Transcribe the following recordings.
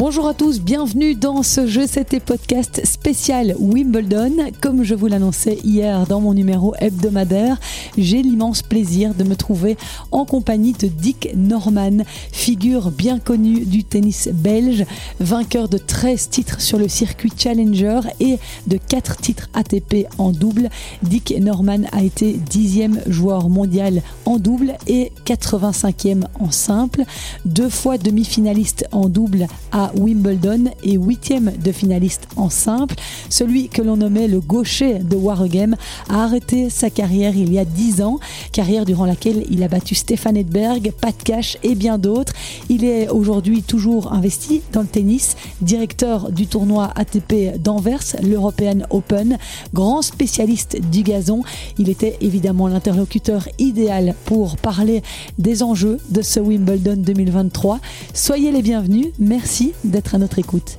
Bonjour à tous, bienvenue dans ce Jeu C'était podcast spécial Wimbledon. Comme je vous l'annonçais hier dans mon numéro hebdomadaire, j'ai l'immense plaisir de me trouver en compagnie de Dick Norman, figure bien connue du tennis belge, vainqueur de 13 titres sur le circuit Challenger et de 4 titres ATP en double. Dick Norman a été 10e joueur mondial en double et 85e en simple, 2 fois demi-finaliste en double à Wimbledon et 8e de finaliste en simple. Celui que l'on nommait le gaucher de Waregem a arrêté sa carrière il y a 10 ans, carrière durant laquelle il a battu Stefan Edberg, Pat Cash et bien d'autres. Il est aujourd'hui toujours investi dans le tennis, directeur du tournoi ATP d'Anvers, l'European Open, grand spécialiste du gazon. Il était évidemment l'interlocuteur idéal pour parler des enjeux de ce Wimbledon 2023. Soyez les bienvenus, merci d'être à notre écoute.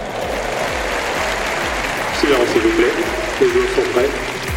Silence s'il vous plaît, les joueurs sont prêts.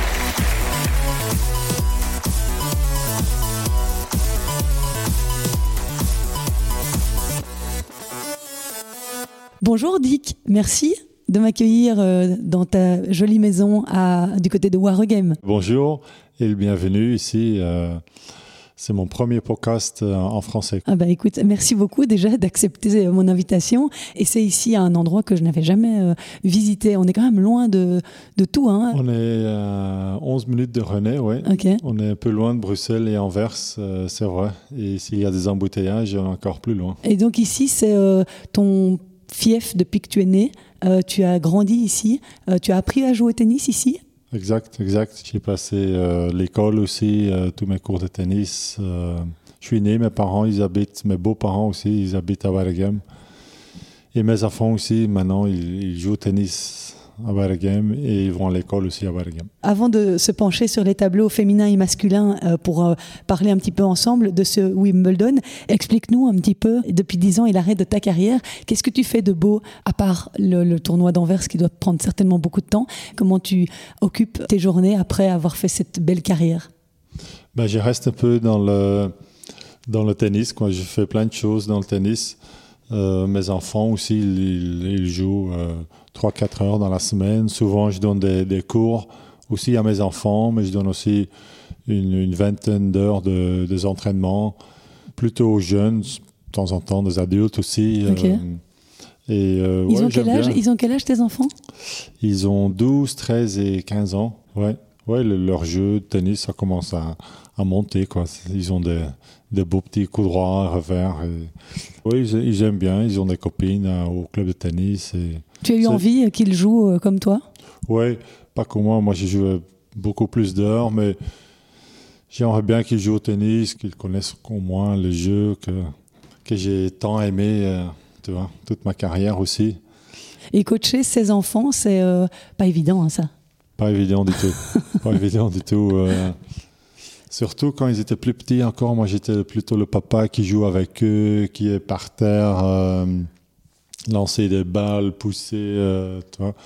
Bonjour Dick, merci de m'accueillir dans ta jolie maison du côté de Waregem. Bonjour et bienvenue ici. C'est mon premier podcast en français. Ah bah écoute, merci beaucoup déjà d'accepter mon invitation. Et c'est ici un endroit que je n'avais jamais visité. On est quand même loin de tout. Hein. On est à 11 minutes de René, oui. Okay. On est un peu loin de Bruxelles et Anvers, c'est vrai. Et s'il y a des embouteillages, on est encore plus loin. Et donc ici, c'est ton fief depuis que tu es né. Tu as grandi ici. Tu as appris à jouer au tennis ici ? Exact. J'ai passé l'école aussi, tous mes cours de tennis. Je suis né, mes beaux-parents aussi, ils habitent à Waregem. Et mes enfants aussi, maintenant, ils jouent au tennis à Waregem et ils vont à l'école aussi à Waregem. Avant de se pencher sur les tableaux féminins et masculins pour parler un petit peu ensemble de ce Wimbledon, explique-nous un petit peu, depuis 10 ans et l'arrêt de ta carrière, qu'est-ce que tu fais de beau, à part le tournoi d'Anvers qui doit prendre certainement beaucoup de temps? Comment tu occupes tes journées après avoir fait cette belle carrière? Je reste un peu dans le tennis, quoi. Je fais plein de choses dans le tennis. Mes enfants aussi, ils jouent 3-4 heures dans la semaine. Souvent, je donne des cours aussi à mes enfants, mais je donne aussi une vingtaine d'heures de entraînement, plutôt aux jeunes, de temps en temps, des adultes aussi. Okay. Ils ont quel âge tes enfants? Ils ont 12, 13 et 15 ans. Ouais, leur jeu de tennis, ça commence à monter, quoi. Ils ont des beaux petits coups droits, revers. Oui, ils aiment bien. Ils ont des copines au club de tennis. Tu as eu envie qu'ils jouent comme toi? Oui, pas comme moi. Moi, j'ai joué beaucoup plus d'heures, mais j'aimerais bien qu'ils jouent au tennis, qu'ils connaissent au moins le jeu que j'ai tant aimé, tu vois, toute ma carrière aussi. Et coacher ses enfants, c'est pas évident, hein, ça? Pas évident du tout. Pas évident du tout. Surtout quand ils étaient plus petits encore. Moi, j'étais plutôt le papa qui joue avec eux, qui est par terre, lancer des balles, pousser, tu vois.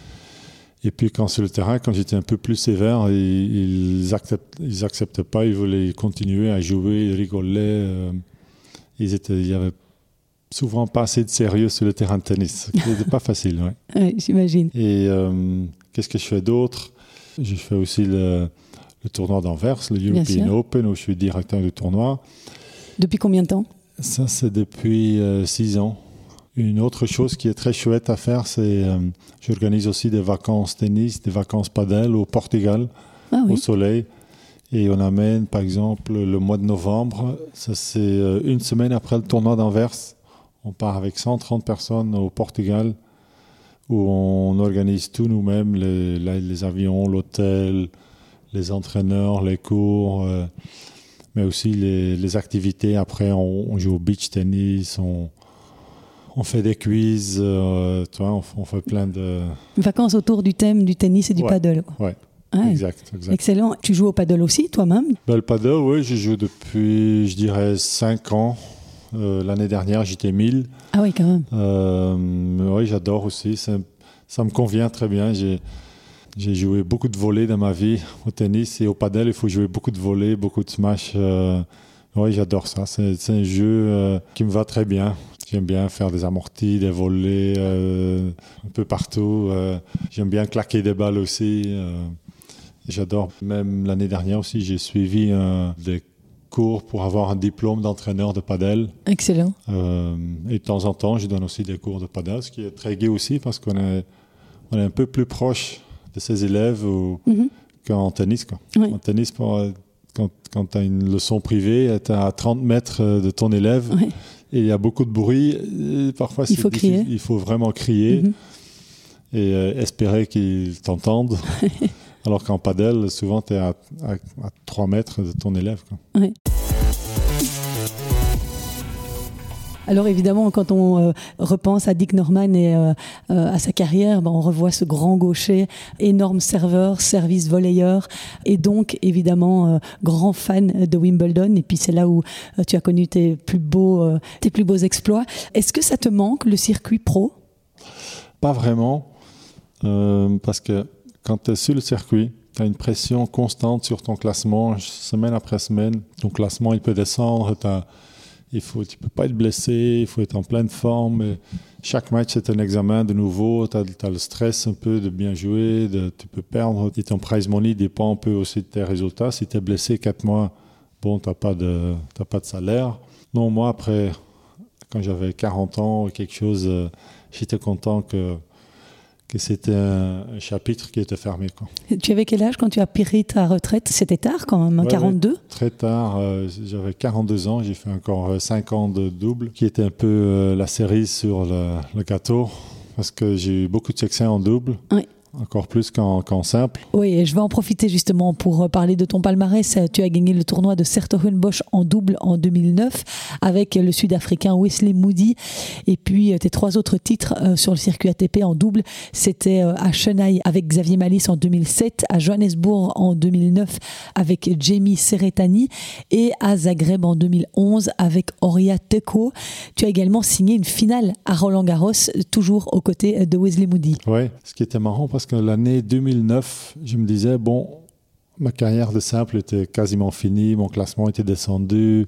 Et puis quand sur le terrain, quand j'étais un peu plus sévère, ils acceptaient pas. Ils voulaient continuer à jouer, ils rigolaient. Il y avait souvent pas assez de sérieux sur le terrain de tennis. C'était pas facile, ouais. Oui, j'imagine. Et qu'est-ce que je fais d'autre? Je fais aussi le tournoi d'Anvers, le European Open, où je suis directeur du tournoi. Depuis combien de temps? Ça, c'est depuis 6 ans. Une autre chose qui est très chouette à faire, c'est j'organise aussi des vacances tennis, des vacances padel au Portugal, au soleil. Et on amène, par exemple, le mois de novembre, ça c'est une semaine après le tournoi d'Anvers. On part avec 130 personnes au Portugal, où on organise tout nous-mêmes, les avions, l'hôtel, les entraîneurs, les cours, mais aussi les activités. Après, on joue au beach tennis, on fait des quiz, tu vois, on fait plein de... Vacances autour du thème du tennis et du paddle. Ouais, exact. Excellent. Tu joues au paddle aussi, toi-même? Le paddle, oui, je joue depuis, je dirais, 5 ans. L'année dernière, j'étais 1000. Ah oui, quand même. Oui, j'adore aussi. Ça me convient très bien. J'ai joué beaucoup de volleys dans ma vie au tennis et au paddle. Il faut jouer beaucoup de volleys, beaucoup de smash. Oui, j'adore ça. C'est un jeu qui me va très bien. J'aime bien faire des amortis, des volets un peu partout. J'aime bien claquer des balles aussi. J'adore. Même l'année dernière aussi, j'ai suivi des cours pour avoir un diplôme d'entraîneur de padel. Excellent. Et de temps en temps, je donne aussi des cours de padel, ce qui est très gai aussi parce qu'on est un peu plus proche de ses élèves qu'en tennis. Quoi. Oui. En tennis, quand tu as une leçon privée, tu es à 30 mètres de ton élève. Oui. Et il y a beaucoup de bruit. Et parfois, c'est difficile. Il faut vraiment crier et espérer qu'ils t'entendent. Alors qu'en padel, souvent, tu es à 3 mètres de ton élève. Quoi. Oui. Alors évidemment, quand on repense à Dick Norman et à sa carrière, on revoit ce grand gaucher, énorme serveur, service volleyeur, et donc évidemment grand fan de Wimbledon. Et puis c'est là où tu as connu tes plus beaux exploits. Est-ce que ça te manque, le circuit pro ? Pas vraiment, parce que quand tu es sur le circuit, tu as une pression constante sur ton classement, semaine après semaine. Ton classement, il peut descendre, tu ne peux pas être blessé, il faut être en pleine forme. Et chaque match, c'est un examen de nouveau. Tu as le stress un peu de bien jouer, tu peux perdre. Et ton prize money dépend un peu aussi de tes résultats. Si tu es blessé 4 mois, tu n'as pas de salaire. Non, moi, après, quand j'avais 40 ans ou quelque chose, j'étais content que c'était un chapitre qui était fermé. Quoi. Tu avais quel âge quand tu as pris ta retraite ? C'était tard quand même, 42 ? Ouais, très tard. J'avais 42 ans. J'ai fait encore 5 ans de double, qui était un peu la cerise sur le gâteau, parce que j'ai eu beaucoup de succès en double. Oui. Encore plus qu'en simple. Oui, et je vais en profiter justement pour parler de ton palmarès. Tu as gagné le tournoi de 's-Hertogenbosch en double en 2009 avec le Sud-Africain Wesley Moody. Et puis tes 3 autres titres sur le circuit ATP en double, c'était à Chennai avec Xavier Malisse en 2007, à Johannesburg en 2009 avec Jamie Seretani et à Zagreb en 2011 avec Horia Teko. Tu as également signé une finale à Roland-Garros, toujours aux côtés de Wesley Moody. Oui, ce qui était marrant parce que l'année 2009, je me disais, ma carrière de simple était quasiment finie, mon classement était descendu.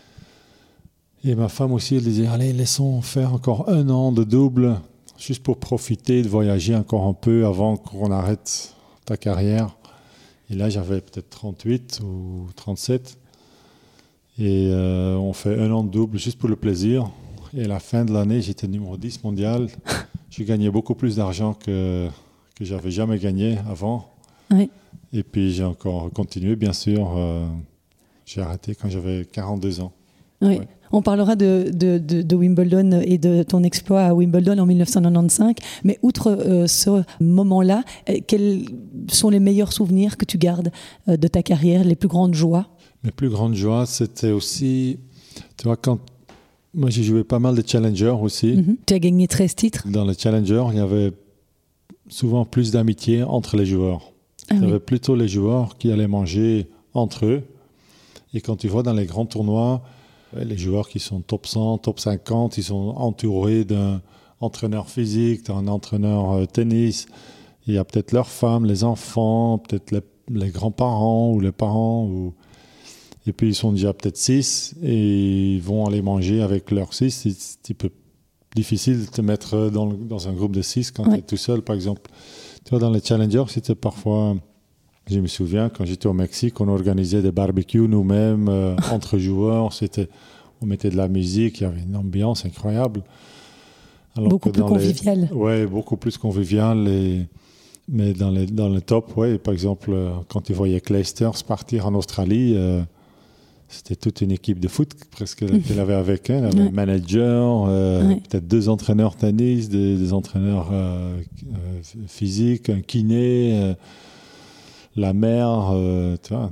Et ma femme aussi, elle disait, allez, laissons faire encore 1 an de double, juste pour profiter de voyager encore un peu avant qu'on arrête ta carrière. Et là, j'avais peut-être 38 ou 37. Et on fait 1 an de double juste pour le plaisir. Et à la fin de l'année, j'étais numéro 10 mondial. J'ai gagné beaucoup plus d'argent que j'avais jamais gagné avant. Oui. Et puis j'ai encore continué, bien sûr. J'ai arrêté quand j'avais 42 ans. Oui. Ouais. On parlera de Wimbledon et de ton exploit à Wimbledon en 1995. Mais outre ce moment-là, quels sont les meilleurs souvenirs que tu gardes de ta carrière, les plus grandes joies ? Mes plus grandes joies, c'était aussi, tu vois, moi j'ai joué pas mal de Challenger aussi. Mm-hmm. Tu as gagné 13 titres. Dans le Challenger, il y avait souvent plus d'amitié entre les joueurs. Il y avait plutôt les joueurs qui allaient manger entre eux. Et quand tu vois dans les grands tournois, les joueurs qui sont top 100, top 50, ils sont entourés d'un entraîneur physique, d'un entraîneur tennis. Il y a peut-être leurs femmes, les enfants, peut-être les grands-parents ou les parents. Et puis ils sont déjà peut-être 6 et ils vont aller manger avec leurs 6. C'est un petit peu difficile de te mettre dans un groupe de 6 quand tu es tout seul, par exemple. Tu vois, dans les Challengers, c'était parfois... Je me souviens, quand j'étais au Mexique, on organisait des barbecues nous-mêmes, entre joueurs. On mettait de la musique, il y avait une ambiance incroyable. Alors beaucoup plus convivial. Oui, beaucoup plus convivial. Mais dans le top, par exemple, quand tu voyais Clijsters partir en Australie... C'était toute une équipe de foot presque qu'elle avait avec elle. Elle avait un manager, peut-être 2 entraîneurs tennis, des entraîneurs physiques, un kiné, la mère. Tu vois,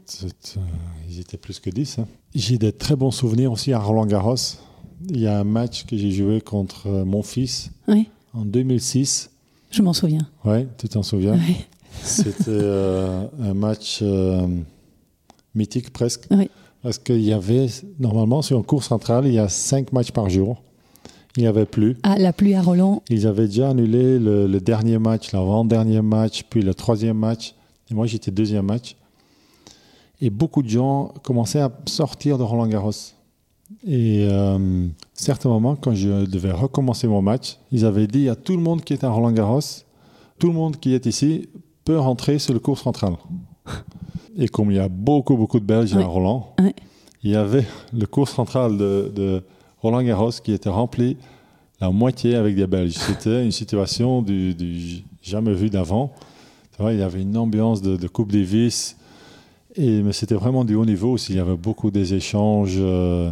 ils étaient plus que 10. Hein. J'ai des très bons souvenirs aussi à Roland-Garros. Il y a un match que j'ai joué contre mon fils en 2006. Je m'en souviens. Oui, tu t'en souviens. Oui. C'était un match mythique presque. Oui. Parce qu'il y avait, normalement, sur un cours central, il y a 5 matchs par jour. Il n'y avait plus. Ah, la pluie à Roland. Ils avaient déjà annulé le dernier match, l'avant-dernier match, puis le 3e match. Et moi, j'étais 2e match. Et beaucoup de gens commençaient à sortir de Roland-Garros. Et certains moments, quand je devais recommencer mon match, ils avaient dit à tout le monde qui est à Roland-Garros, tout le monde qui est ici peut rentrer sur le cours central. Et comme il y a beaucoup de Belges à Roland, il y avait le cours central de Roland-Garros qui était rempli la moitié avec des Belges. C'était une situation du jamais vue d'avant. Il y avait une ambiance de Coupe Davis, mais c'était vraiment du haut niveau aussi. Il y avait beaucoup des échanges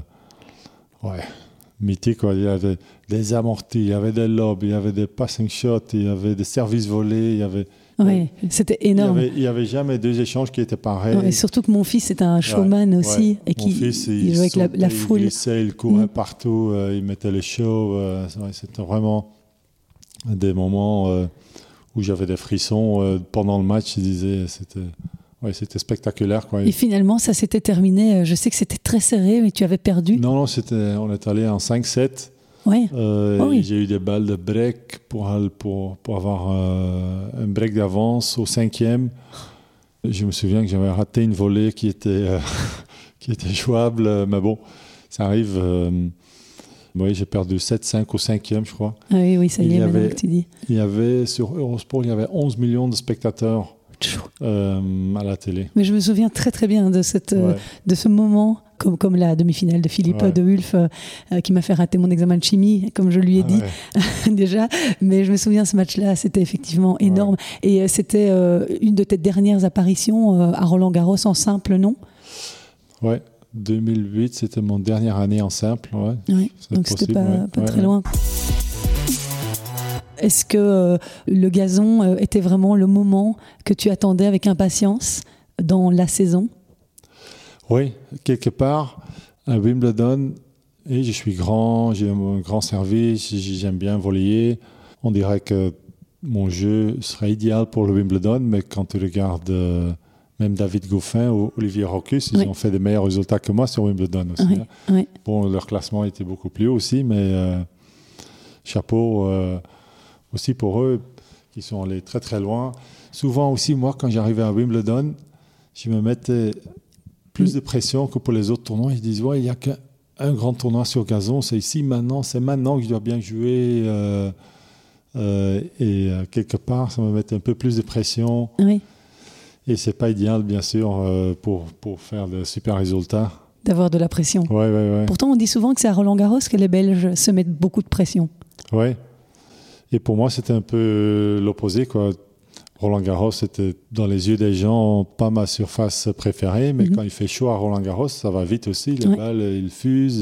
mythiques. Il y avait des amortis, il y avait des lobs, il y avait des passing shots, il y avait des services volés, il y avait... Oui, c'était énorme. Il n'y avait jamais deux échanges qui étaient pareils. Et surtout que mon fils est un showman aussi. Et mon fils, il jouait avec la foule. Il glissait, il courait partout, il mettait le show. C'était vraiment des moments où j'avais des frissons pendant le match. Je disais, c'était spectaculaire. Et finalement, ça s'était terminé. Je sais que c'était très serré, mais tu avais perdu. Non, on est allé en 5-7. J'ai eu des balles de break pour avoir un break d'avance au 5e. Je me souviens que j'avais raté une volée qui était jouable, mais bon, ça arrive. J'ai perdu 7-5 au 5e, je crois. Ah oui, ça y est, maintenant que tu dis. Il y avait, sur Eurosport, il y avait 11 millions de spectateurs à la télé. Mais je me souviens très très bien de ce moment, comme la demi-finale de Philippe de Wulf qui m'a fait rater mon examen de chimie, comme je lui ai dit déjà. Mais je me souviens, ce match-là, c'était effectivement énorme. Et c'était une de tes dernières apparitions à Roland-Garros en simple, non ? Ouais, 2008, c'était mon dernière année en simple. Donc c'était pas très loin. Est-ce que le gazon était vraiment le moment que tu attendais avec impatience dans la saison ? Oui, quelque part, à Wimbledon, et je suis grand, j'ai un grand service, j'aime bien voler. On dirait que mon jeu serait idéal pour le Wimbledon, mais quand tu regardes même David Goffin ou Olivier Rochus, ils ont fait des meilleurs résultats que moi sur Wimbledon aussi. Bon, leur classement était beaucoup plus haut aussi, mais chapeau aussi pour eux, qui sont allés très très loin. Souvent aussi, moi, quand j'arrivais à Wimbledon, je me mettais plus de pression que pour les autres tournois. Ils disent, il n'y a qu'un grand tournoi sur gazon, c'est ici maintenant, c'est maintenant que je dois bien jouer. Et quelque part, ça me mettait un peu plus de pression. Oui. Et ce n'est pas idéal, bien sûr, pour faire de super résultats. D'avoir de la pression. Oui. Pourtant, on dit souvent que c'est à Roland-Garros que les Belges se mettent beaucoup de pression. Oui. Et pour moi, c'était un peu l'opposé, quoi. Roland-Garros, c'était dans les yeux des gens pas ma surface préférée, mais quand il fait chaud à Roland-Garros, ça va vite aussi. Les balles, ils fusent.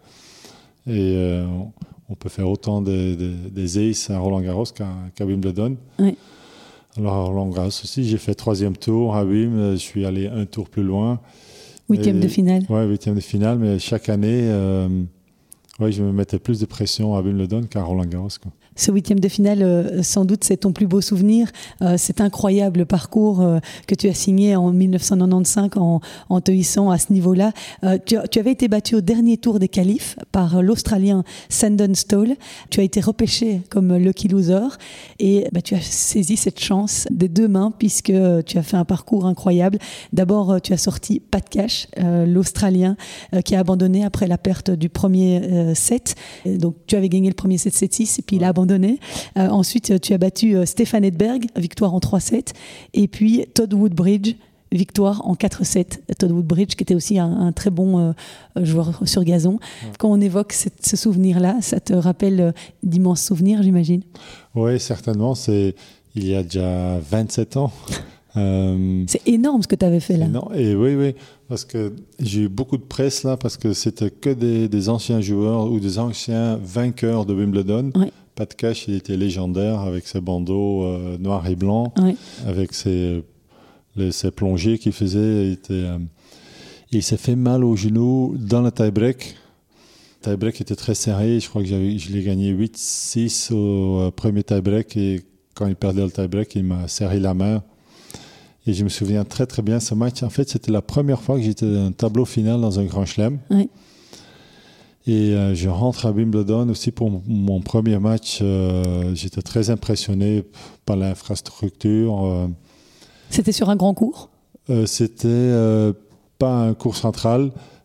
On peut faire autant des aces à Roland-Garros qu'à Wimbledon. Oui. Alors à Roland-Garros aussi, j'ai fait 3e tour. À Wim, je suis allé un tour plus loin. 8e de finale. Oui, 8e de finale. Mais chaque année, je me mettais plus de pression à Wimbledon qu'à Roland-Garros, quoi. Ce 8e de finale, sans doute, c'est ton plus beau souvenir. Cet incroyable parcours que tu as signé en 1995 en te hissant à ce niveau-là. Tu avais été battu au dernier tour des qualifs par l'Australien Sandon Stoll. Tu as été repêché comme lucky loser et tu as saisi cette chance des deux mains puisque tu as fait un parcours incroyable. D'abord, tu as sorti Pat Cash, l'Australien qui a abandonné après la perte du premier set. Donc, tu avais gagné le premier set 7-6 et puis il a abandonné. Ensuite, tu as battu Stefan Edberg, victoire en 3-7. Et puis Todd Woodbridge, victoire en 4-7. Todd Woodbridge, qui était aussi un très bon joueur sur gazon. Ouais. Quand on évoque ce souvenir-là, ça te rappelle d'immenses souvenirs, j'imagine ? Oui, certainement. Il y a déjà 27 ans. C'est énorme ce que tu avais fait là. Et oui, parce que j'ai eu beaucoup de presse là, parce que c'était que des anciens joueurs ou des anciens vainqueurs de Wimbledon. Ouais. Pat Cash, il était légendaire avec ses bandeaux noirs et blancs, avec ses plongées qu'il faisait. Il s'est fait mal au genou dans le tie-break. Le tie-break était très serré. Je crois que je l'ai gagné 8-6 au premier tie-break. Et quand il perdait le tie-break, il m'a serré la main. Et je me souviens très très bien ce match. En fait, c'était la première fois que j'étais dans un tableau final dans un grand chelem. Oui. Et je rentre à Wimbledon aussi pour mon premier match. J'étais très impressionné par l'infrastructure. C'était sur un grand cours ? C'était pas un cours central,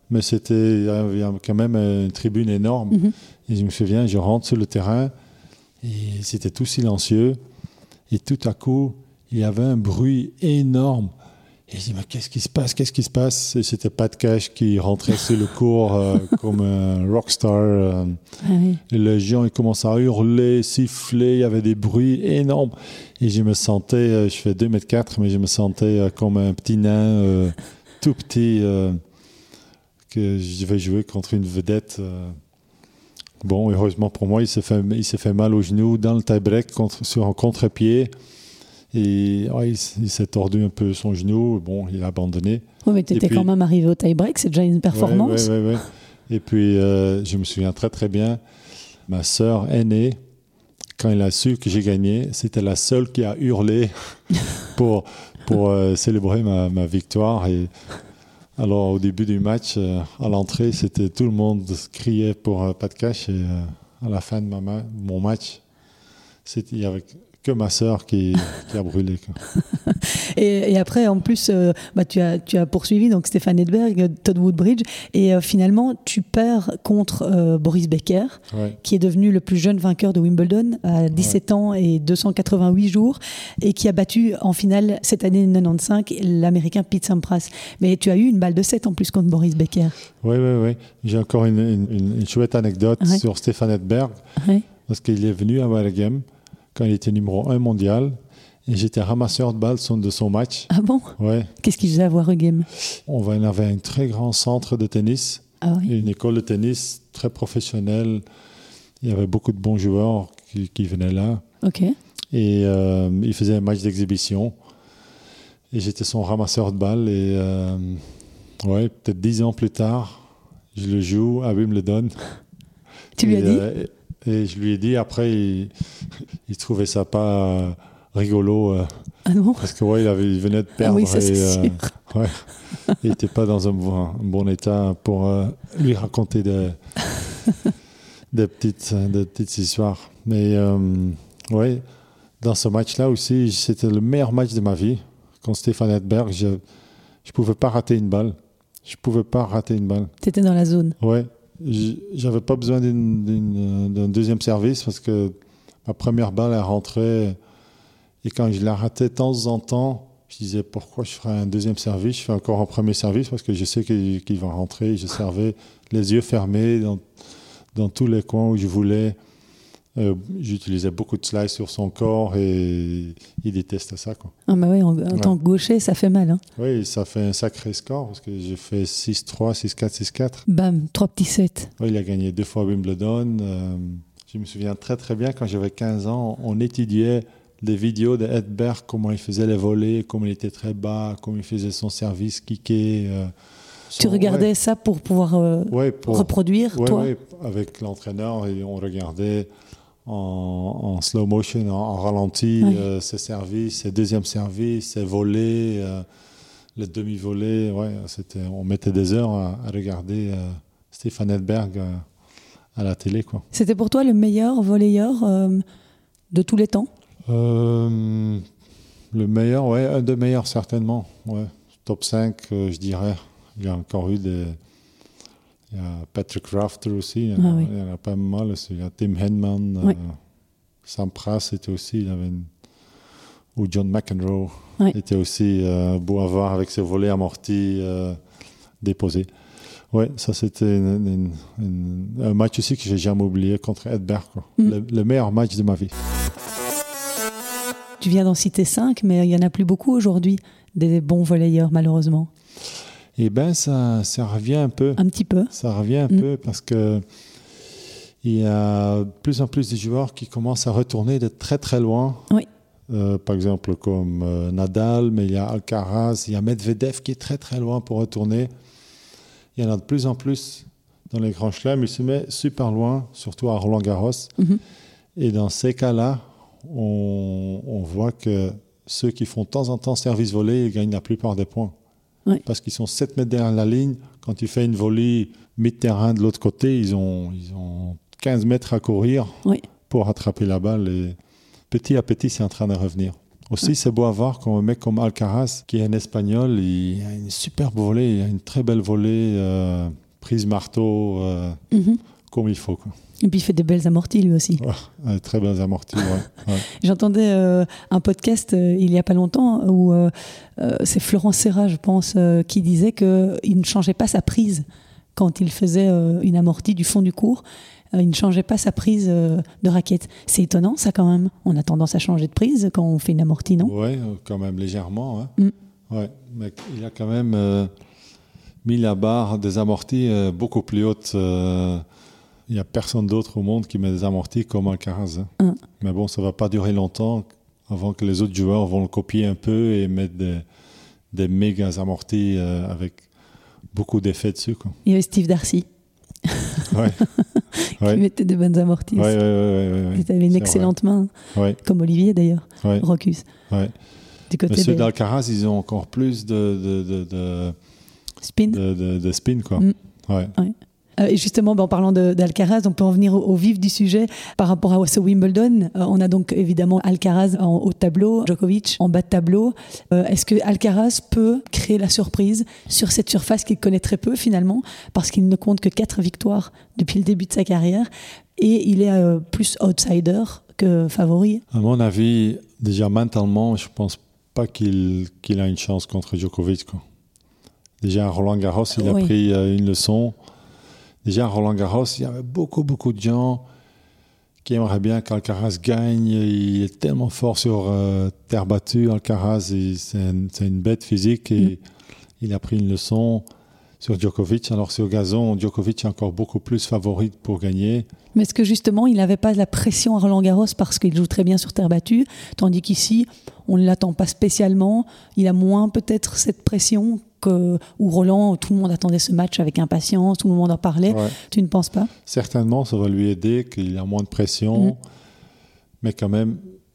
mais il y avait quand même une tribune énorme. Et je me souviens, je rentre sur le terrain et c'était tout silencieux. Et tout à coup, il y avait un bruit énorme. Et je dis, mais qu'est-ce qui se passe? Et c'était Pat Cash qui rentrait sur le court comme un rockstar. Et les gens, ils commençaient à hurler, siffler, il y avait des bruits énormes. Et je me sentais, je fais 2,4 m, mais je me sentais comme un petit nain, tout petit, que je vais jouer contre une vedette. Bon, heureusement pour moi, il s'est fait mal au genou dans le tie-break sur un contre-pied. Et il s'est tordu un peu son genou. Bon, il a abandonné. Oui, mais tu étais quand même arrivé au tie-break, c'est déjà une performance. Oui. Et puis, je me souviens très, très bien, ma sœur aînée, quand elle a su que j'ai gagné, c'était la seule qui a hurlé pour célébrer ma victoire. Et alors, au début du match, à l'entrée, tout le monde criait pour Pat Cash. Et à la fin de mon match, il y avait que ma sœur qui a brûlé. Et après, en plus, tu as poursuivi donc Stefan Edberg, Todd Woodbridge, et finalement, tu perds contre Boris Becker, qui est devenu le plus jeune vainqueur de Wimbledon à 17 ans et 288 jours, et qui a battu en finale cette année 95 l'Américain Pete Sampras. Mais tu as eu une balle de 7 en plus contre Boris Becker. Oui. J'ai encore une chouette anecdote sur Stefan Edberg, parce qu'il est venu à Waregem quand il était numéro 1 mondial, et j'étais ramasseur de balles de son match. Ah bon? Ouais. Qu'est-ce qu'il faisait à Waregem? On avait un très grand centre de tennis, une école de tennis très professionnelle. Il y avait beaucoup de bons joueurs qui venaient là. Ok. Et il faisait un match d'exhibition. Et j'étais son ramasseur de balles. Et peut-être 10 ans plus tard, je le joue à Wimbledon. Tu lui as dit? Et je lui ai dit, après, il trouvait ça pas rigolo. Ah non? Parce que il venait de perdre. Ah oui, ça c'est sûr. Il n'était pas dans un bon état pour lui raconter des petites histoires. Mais dans ce match-là aussi, c'était le meilleur match de ma vie. Contre Stefan Edberg, je ne pouvais pas rater une balle. Tu étais dans la zone. Oui. J'avais pas besoin d'un deuxième service parce que ma première balle elle rentrait et quand je la ratais de temps en temps, je disais pourquoi je ferais un deuxième service, je fais encore un premier service parce que je sais qu'il va rentrer. Je servais les yeux fermés dans tous les coins où je voulais. J'utilisais beaucoup de slice sur son corps et il détestait ça, quoi. Ah bah oui, en tant que gaucher, ça fait mal. Hein. Oui, ça fait un sacré score parce que j'ai fait 6-3, 6-4, 6-4. Bam, 3 petits sets. Oui, il a gagné 2 fois Wimbledon. Je me souviens très très bien quand j'avais 15 ans, on étudiait des vidéos de Edberg, comment il faisait les volées, comment il était très bas, comment il faisait son service kické. Tu regardais ça pour pouvoir reproduire, toi? Oui, avec l'entraîneur, et on regardait en slow motion, en ralenti, ses services, ses deuxièmes services, ses volées, les demi-volées. On mettait des heures à regarder Stefan Edberg à la télé, quoi. C'était pour toi le meilleur volleyeur de tous les temps? Le meilleur, un des meilleurs certainement. Top 5, je dirais. Il y a encore eu il y a Patrick Rafter aussi, il y en a pas mal. Il y a Tim Henman, Sampras était aussi, ou John McEnroe était aussi beau à voir avec ses volets amortis déposés. Ça c'était un match aussi que j'ai jamais oublié contre Edberg. Le meilleur match de ma vie. Tu viens d'en citer 5, mais il n'y en a plus beaucoup aujourd'hui, des bons volleyeurs malheureusement. Eh bien, ça revient un peu. Un petit peu. Ça revient un peu parce qu'il y a de plus en plus de joueurs qui commencent à retourner de très très loin. Oui. Par exemple, comme Nadal, mais il y a Alcaraz, il y a Medvedev qui est très très loin pour retourner. Il y en a de plus en plus dans les grands chelems. Il se met super loin, surtout à Roland-Garros. Et dans ces cas-là, on voit que ceux qui font de temps en temps service volé, ils gagnent la plupart des points. Parce qu'ils sont 7 mètres derrière la ligne. Quand tu fais une volée mi-terrain de l'autre côté, ils ont 15 mètres à courir pour rattraper la balle. Et petit à petit, c'est en train de revenir. Aussi, c'est beau à voir quand un mec comme Alcaraz, qui est un Espagnol, il a une superbe volée, il a une très belle volée prise marteau comme il faut, quoi. Et puis il fait des belles amorties lui aussi. Très belles amorties, ouais. J'entendais un podcast il y a pas longtemps où c'est Florent Serra, je pense, qui disait qu'il ne changeait pas sa prise quand il faisait une amortie du fond du cours. Il ne changeait pas sa prise de raquette. C'est étonnant ça quand même. On a tendance à changer de prise quand on fait une amortie, non ? Oui, quand même légèrement. Ouais. Mais il a quand même mis la barre des amortis beaucoup plus haute. Il n'y a personne d'autre au monde qui met des amortis comme Alcaraz. Mais bon, ça ne va pas durer longtemps avant que les autres joueurs vont le copier un peu et mettre des méga amortis avec beaucoup d'effets dessus, quoi. Il y avait Steve Darcy. Qui mettait de bonnes amorties. Ouais. Il avait une excellente main, comme Olivier d'ailleurs, Rocus. Du côté ceux d'Alcaraz, ils ont encore plus de spin. De spin, quoi. Et justement, en parlant d'Alcaraz, on peut en venir au vif du sujet par rapport à ce Wimbledon. On a donc évidemment Alcaraz en haut de tableau, Djokovic en bas de tableau. Est-ce que Alcaraz peut créer la surprise sur cette surface qu'il connaît très peu finalement, parce qu'il ne compte que 4 victoires depuis le début de sa carrière et il est plus outsider que favori? À mon avis, déjà mentalement, je ne pense pas qu'il a une chance contre Djokovic, quoi. Déjà à Roland Garros, il a pris une leçon. Déjà, à Roland-Garros, il y avait beaucoup de gens qui aimeraient bien qu'Alcaraz gagne. Il est tellement fort sur terre battue, Alcaraz. C'est une bête physique et il a pris une leçon sur Djokovic. Alors, sur gazon, Djokovic est encore beaucoup plus favori pour gagner. Mais est-ce que justement, il n'avait pas la pression à Roland-Garros parce qu'il joue très bien sur terre battue, tandis qu'ici, on ne l'attend pas spécialement. Il a moins peut-être cette pression où Roland, tout le monde attendait ce match avec impatience, tout le monde en parlait. Tu ne penses pas ? Certainement, ça va lui aider, qu'il a moins de pression, mais quand même,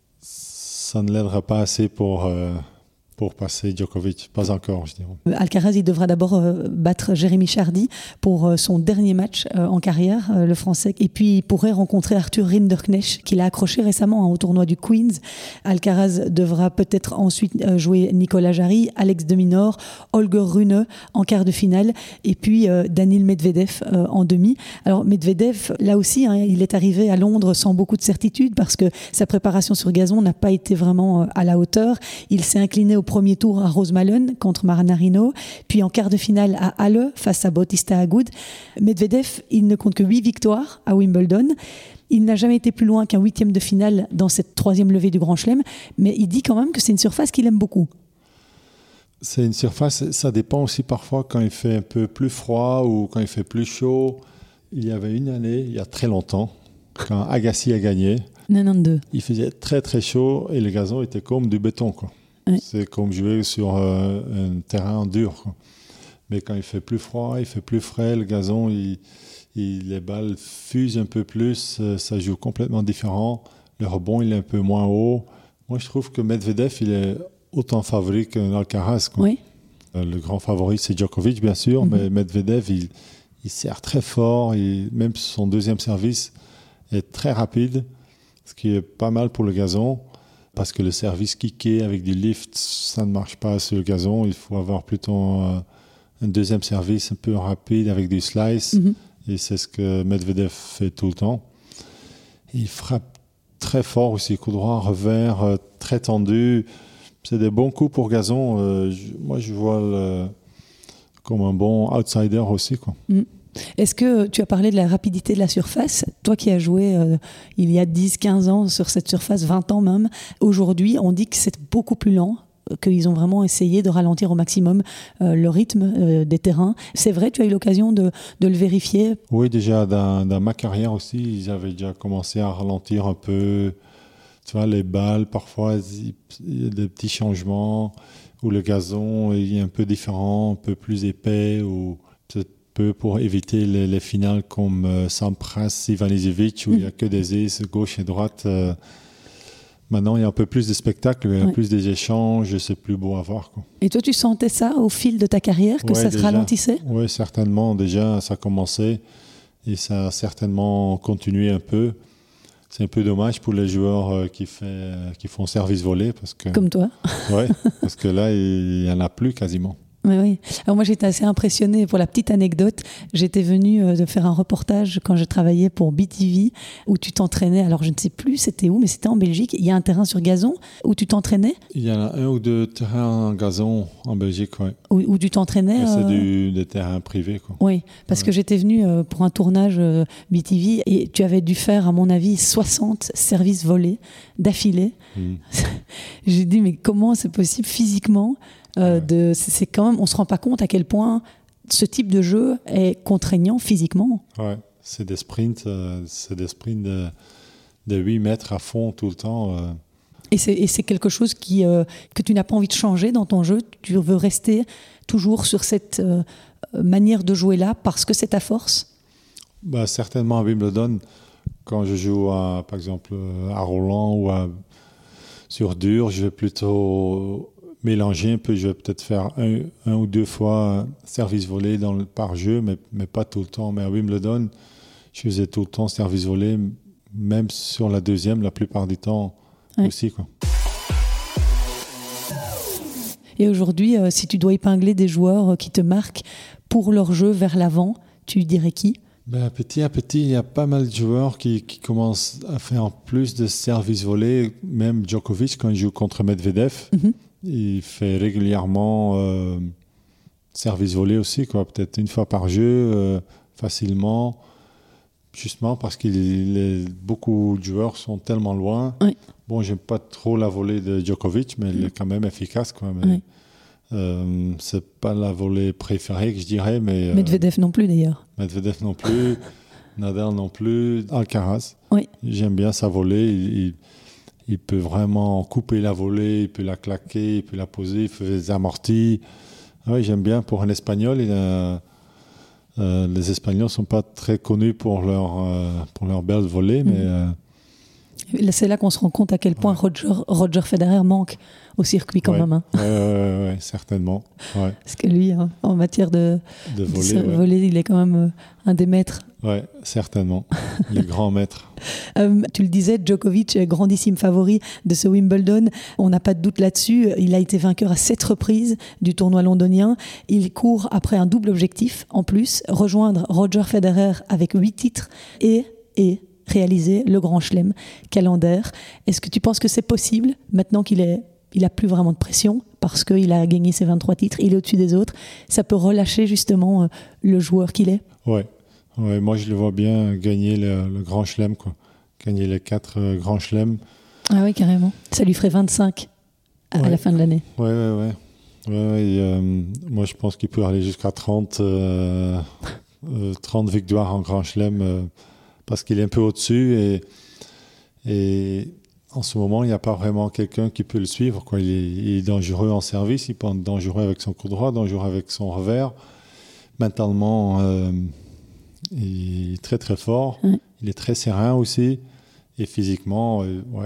ça ne l'aidera pas assez pour passer Djokovic. Pas encore, je dirais. Alcaraz, il devra d'abord battre Jérémy Chardy pour son dernier match en carrière, le Français. Et puis, il pourrait rencontrer Arthur Rinderknecht, qu'il a accroché récemment au tournoi du Queens. Alcaraz devra peut-être ensuite jouer Nicolas Jarry, Alex de Minaur, Holger Rune en quart de finale, et puis Daniil Medvedev en demi. Alors, Medvedev, là aussi, il est arrivé à Londres sans beaucoup de certitude parce que sa préparation sur gazon n'a pas été vraiment à la hauteur. Il s'est incliné au premier tour à Rosemalen contre Maranarino, puis en quart de finale à Halle face à Bautista Agut. Medvedev, il ne compte que 8 victoires à Wimbledon. Il n'a jamais été plus loin qu'un 8e de finale dans cette 3e levée du Grand Chelem, mais il dit quand même que c'est une surface qu'il aime beaucoup. C'est une surface, ça dépend aussi parfois quand il fait un peu plus froid ou quand il fait plus chaud. Il y avait une année, il y a très longtemps, quand Agassi a gagné. 92. Il faisait très très chaud et le gazon était comme du béton, quoi. C'est comme jouer sur un terrain dur, quoi. Mais quand il fait plus froid, il fait plus frais, le gazon, les balles fusent un peu plus, ça joue complètement différent. Le rebond, il est un peu moins haut. Moi, je trouve que Medvedev, il est autant favori qu'Alcaraz, quoi. Oui. Le grand favori, c'est Djokovic, bien sûr, mais Medvedev, il sert très fort. Même son deuxième service est très rapide, ce qui est pas mal pour le gazon. Parce que le service kické avec du lift, ça ne marche pas sur le gazon. Il faut avoir plutôt un deuxième service un peu rapide avec du slice. Et c'est ce que Medvedev fait tout le temps. Il frappe très fort aussi, coup droit, revers, très tendu. C'est des bons coups pour gazon. Moi, je vois comme un bon outsider aussi, quoi. Est-ce que tu as parlé de la rapidité de la surface ? Toi qui as joué il y a 10-15 ans sur cette surface, 20 ans même, aujourd'hui on dit que c'est beaucoup plus lent, qu'ils ont vraiment essayé de ralentir au maximum le rythme des terrains. C'est vrai, tu as eu l'occasion de le vérifier ? Oui, déjà dans ma carrière aussi, ils avaient déjà commencé à ralentir un peu. Tu vois, les balles, parfois, il y a des petits changements où le gazon est un peu différent, un peu plus épais, ou peu pour éviter les finales comme Sampras, Ivanisevic, où il n'y a que des aces gauche et droite. Maintenant, il y a un peu plus de spectacle, il y a plus des échanges, c'est plus beau à voir, quoi. Et toi, tu sentais ça au fil de ta carrière, que ça se ralentissait ? Oui, certainement. Déjà, ça a commencé et ça a certainement continué un peu. C'est un peu dommage pour les joueurs qui font service volé. Parce que, comme toi. Oui, parce que là, il n'y en a plus quasiment. Oui. Alors moi, j'étais assez impressionnée. Pour la petite anecdote, j'étais venue de faire un reportage quand je travaillais pour BTV, où tu t'entraînais. Alors, je ne sais plus c'était où, mais c'était en Belgique. Il y a un terrain sur gazon où tu t'entraînais. Il y en a 1 ou 2 terrains en gazon en Belgique, oui. Où tu t'entraînais. C'est des terrains privés, quoi. Oui, parce que j'étais venue pour un tournage BTV et tu avais dû faire, à mon avis, 60 services volés d'affilée. J'ai dit, mais comment c'est possible physiquement c'est quand même, on se rend pas compte à quel point ce type de jeu est contraignant physiquement. Ouais, c'est des sprints de 8 mètres à fond tout le temps. Et c'est quelque chose que tu n'as pas envie de changer dans ton jeu. Tu veux rester toujours sur cette manière de jouer là parce que c'est ta force. Bah, certainement à Wimbledon, quand je joue par exemple à Roland ou sur dur, je vais plutôt mélanger un peu. Je vais peut-être faire un ou 2 fois service volé par jeu, mais pas tout le temps. Mais à Wimbledon, je faisais tout le temps service volé, même sur la deuxième, la plupart du temps aussi, quoi. Et aujourd'hui, si tu dois épingler des joueurs qui te marquent pour leur jeu vers l'avant, tu dirais qui ? Petit à petit, il y a pas mal de joueurs qui commencent à faire plus de service volé. Même Djokovic, quand il joue contre Medvedev, il fait régulièrement service volé aussi, quoi. Peut-être 1 fois par jeu, facilement, justement parce que beaucoup de joueurs sont tellement loin. Oui. Bon, j'aime pas trop la volée de Djokovic, mais elle est quand même efficace, quoi. Mais, c'est pas la volée préférée que je dirais, mais Medvedev non plus d'ailleurs. Medvedev non plus, Nadal non plus, Alcaraz. Oui. J'aime bien sa volée. Il peut vraiment couper la volée, il peut la claquer, il peut la poser, il fait des amortis. Oui, j'aime bien. Pour un Espagnol, les Espagnols sont pas très connus pour leur belle volée, mais c'est là qu'on se rend compte à quel point Roger Federer manque au circuit quand même. Hein. Oui, certainement. Ouais. Parce que lui, en matière de volley, il est quand même un des maîtres. Oui, certainement. Le grand maître. Tu le disais, Djokovic, grandissime favori de ce Wimbledon. On n'a pas de doute là-dessus. Il a été vainqueur à 7 reprises du tournoi londonien. Il court après un double objectif, en plus, rejoindre Roger Federer avec 8 titres et réaliser le Grand Chelem calendaire. Est-ce que tu penses que c'est possible, maintenant qu'il a plus vraiment de pression, parce qu'il a gagné ses 23 titres, il est au-dessus des autres, ça peut relâcher justement le joueur qu'il est? Ouais, moi je le vois bien gagner le Grand Chelem, quoi. Gagner les 4 Grands Chelems. Ah oui, carrément. Ça lui ferait 25 à la fin de l'année. Ouais. Moi je pense qu'il peut aller jusqu'à 30 victoires en Grand Chelem, parce qu'il est un peu au-dessus et en ce moment, il n'y a pas vraiment quelqu'un qui peut le suivre, quoi. Il est dangereux en service, il peut être dangereux avec son coup droit, dangereux avec son revers. Mentalement, il est très très fort. Il est très serein aussi. Et physiquement,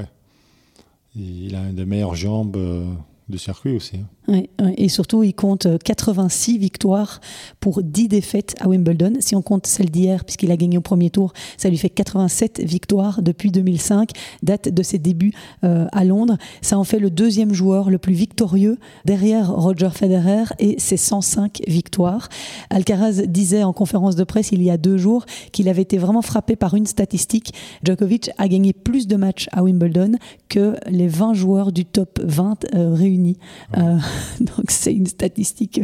il a une des meilleures jambes de circuit aussi. Oui, et surtout, il compte 86 victoires pour 10 défaites à Wimbledon. Si on compte celle d'hier, puisqu'il a gagné au premier tour, ça lui fait 87 victoires depuis 2005, date de ses débuts à Londres. Ça en fait le 2e joueur le plus victorieux derrière Roger Federer et ses 105 victoires. Alcaraz disait en conférence de presse il y a 2 jours qu'il avait été vraiment frappé par une statistique. Djokovic a gagné plus de matchs à Wimbledon que les 20 joueurs du top 20 réunis. Donc c'est une statistique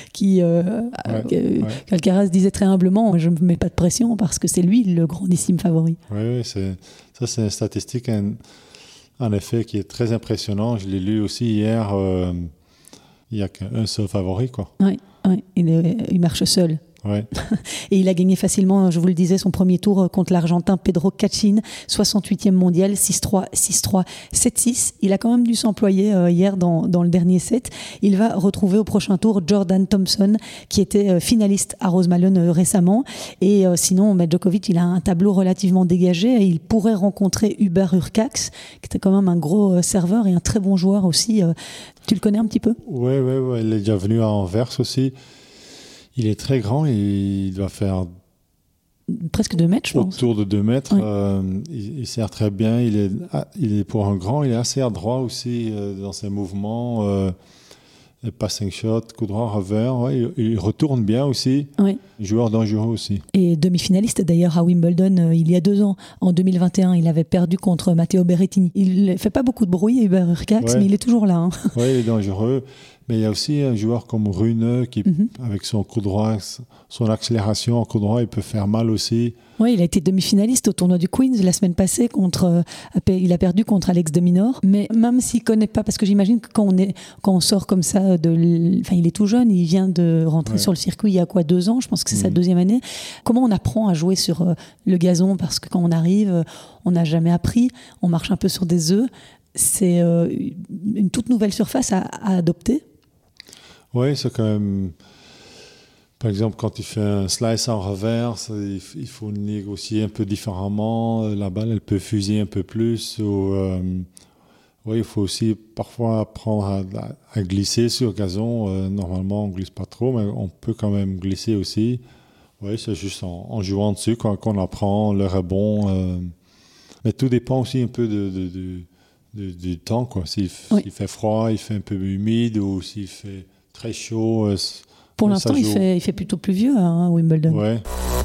qu'Alcaraz disait très humblement, je ne me mets pas de pression parce que c'est lui le grandissime favori. Oui, c'est une statistique en effet qui est très impressionnant. Je l'ai lu aussi hier, il n'y a qu'un seul favori, quoi. Oui, il marche seul. Ouais. Et il a gagné facilement, je vous le disais, son premier tour contre l'Argentin Pedro Cachin, 68e mondial, 6-3, 6-3, 7-6. Il a quand même dû s'employer hier dans le dernier set. Il va retrouver au prochain tour Jordan Thompson, qui était finaliste à Rosemallen récemment. Et sinon, Djokovic, il a un tableau relativement dégagé et il pourrait rencontrer Hubert Hurkacz, qui était quand même un gros serveur et un très bon joueur aussi. Tu le connais un petit peu ? Oui, il est déjà venu à Anvers aussi. Il est très grand, il doit faire presque 2 mètres, je pense. Autour de 2 mètres. Oui. Il sert très bien. Il est pour un grand, il est assez adroit aussi dans ses mouvements. Et passing shot, coup droit, revers. Ouais, il retourne bien aussi. Oui. Joueur dangereux aussi. Et demi-finaliste d'ailleurs à Wimbledon il y a 2 ans. En 2021, il avait perdu contre Matteo Berrettini. Il ne fait pas beaucoup de bruit, Hubert Hurkacz, mais il est toujours là. Hein. Oui, il est dangereux. Mais il y a aussi un joueur comme Rune qui, avec son coup droit, son accélération en coup droit, il peut faire mal aussi. Oui, il a été demi-finaliste au tournoi du Queens la semaine passée. Il a perdu contre Alex de Minaur. Mais même s'il ne connaît pas, parce que j'imagine que quand on sort comme ça, il est tout jeune, il vient de rentrer sur le circuit il y a 2 ans, je pense que c'est sa 2e année. Comment on apprend à jouer sur le gazon? Parce que quand on arrive, on n'a jamais appris, on marche un peu sur des œufs. C'est une toute nouvelle surface à adopter. Oui, c'est quand même... Par exemple, quand tu fais un slice en reverse, il faut négocier un peu différemment. La balle, elle peut fuser un peu plus. Oui, il faut aussi parfois apprendre à glisser sur gazon. Normalement, on ne glisse pas trop, mais on peut quand même glisser aussi. Oui, c'est juste en jouant dessus qu'on apprend le rebond. Mais tout dépend aussi un peu du temps, quoi. S'il fait froid, il fait un peu humide, ou s'il fait très chaud. Pour l'instant, il fait plutôt pluvieux à Wimbledon. Ouais.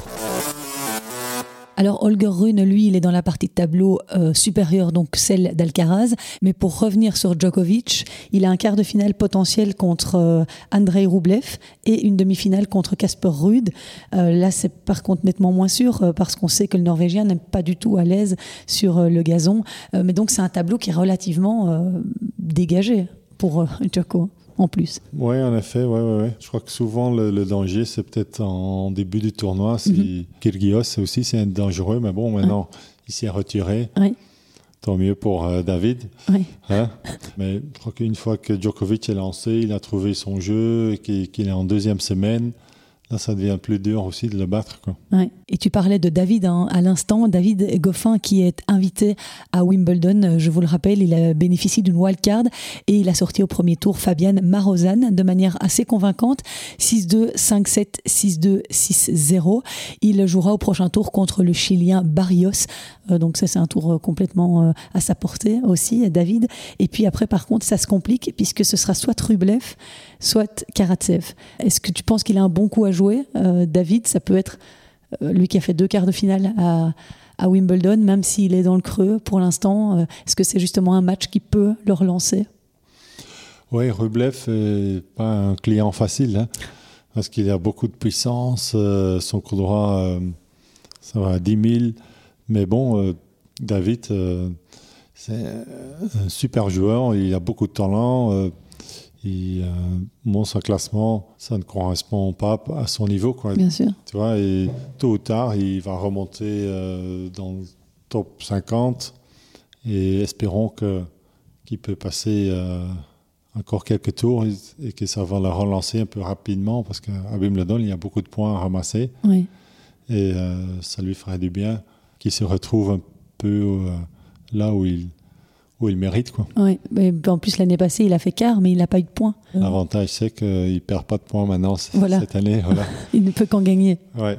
Alors Holger Rune, lui, il est dans la partie de tableau supérieure, donc celle d'Alcaraz. Mais pour revenir sur Djokovic, il a un quart de finale potentiel contre Andrei Rublev et une demi-finale contre Casper Ruud. Là, c'est par contre nettement moins sûr parce qu'on sait que le Norvégien n'est pas du tout à l'aise sur le gazon. Mais donc, c'est un tableau qui est relativement dégagé pour Djoko. En plus. Oui, en effet, ouais. Je crois que souvent le danger, c'est peut-être en début du tournoi. Kyrgios c'est un dangereux, mais bon, maintenant, il s'est retiré. Oui. Tant mieux pour David. Oui. Hein? Mais je crois qu'une fois que Djokovic est lancé, il a trouvé son jeu et qu'il est en 2e semaine. Là, ça devient plus dur aussi de le battre, quoi. Ouais. Et tu parlais de David à l'instant, David Goffin qui est invité à Wimbledon. Je vous le rappelle, il a bénéficié d'une wildcard et il a sorti au premier tour Fabian Marozsan de manière assez convaincante. 6-2, 5-7, 6-2, 6-0. Il jouera au prochain tour contre le Chilien Barrios. Donc ça, c'est un tour complètement à sa portée aussi, David. Et puis après, par contre, ça se complique puisque ce sera soit Rublev, soit Karatsev. Est-ce que tu penses qu'il a un bon coup à jouer, David? Ça peut être lui qui a fait 2 quarts de finale à Wimbledon, même s'il est dans le creux pour l'instant. Est-ce que c'est justement un match qui peut le relancer? Oui, Rublev n'est pas un client facile, hein, parce qu'il a beaucoup de puissance. Son coup droit, ça va à 10 000. Mais bon, David, c'est un super joueur. Il a beaucoup de talent. Son classement, ça ne correspond pas à son niveau, quoi. Bien sûr. Tu vois, et tôt ou tard, il va remonter dans le top 50 et espérons qu'il peut passer encore quelques tours et que ça va le relancer un peu rapidement parce qu'à Wimbledon, il y a beaucoup de points à ramasser. Oui. Et ça lui ferait du bien qu'il se retrouve un peu là où il mérite, quoi. Oui, mais en plus l'année passée il a fait quart mais il n'a pas eu de points. L'avantage c'est qu'il ne perd pas de points maintenant cette année. Voilà. Il ne peut qu'en gagner. Ouais.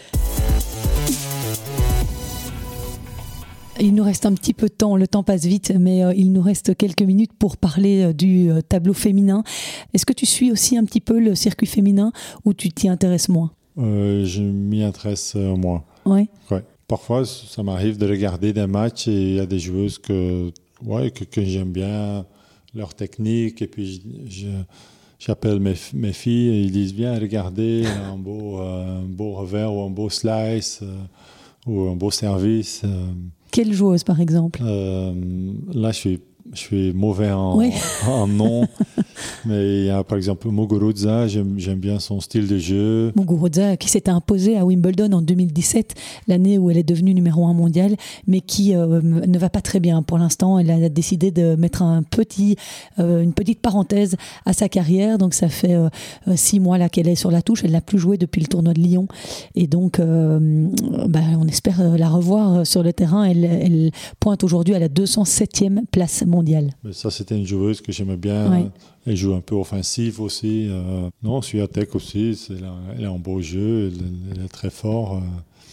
Il nous reste un petit peu de temps, le temps passe vite, mais il nous reste quelques minutes pour parler du tableau féminin. Est-ce que tu suis aussi un petit peu le circuit féminin ou tu t'y intéresses moins? Je m'y intéresse moins. Oui. Ouais. Parfois, ça m'arrive de regarder des matchs et il y a des joueuses que j'aime bien, leur technique. Et puis, j'appelle mes filles et ils disent bien, regardez, un beau revers ou un beau slice ou un beau service. Quelle joueuse, par exemple? Là, je suis mauvais en nom. Mais il y a par exemple Muguruza, j'aime bien son style de jeu. Muguruza qui s'était imposée à Wimbledon en 2017, l'année où elle est devenue numéro 1 mondial, mais qui ne va pas très bien pour l'instant. Elle a décidé de mettre une petite parenthèse à sa carrière. Donc ça fait 6 mois là qu'elle est sur la touche. Elle n'a plus joué depuis le tournoi de Lyon. Et donc on espère la revoir sur le terrain. Elle pointe aujourd'hui à la 207e place mondiale. Mais ça, c'était une joueuse que j'aimais bien. Oui. Elle joue un peu offensive aussi. Non, Swiatek aussi. Elle a un beau jeu. Elle est très fort.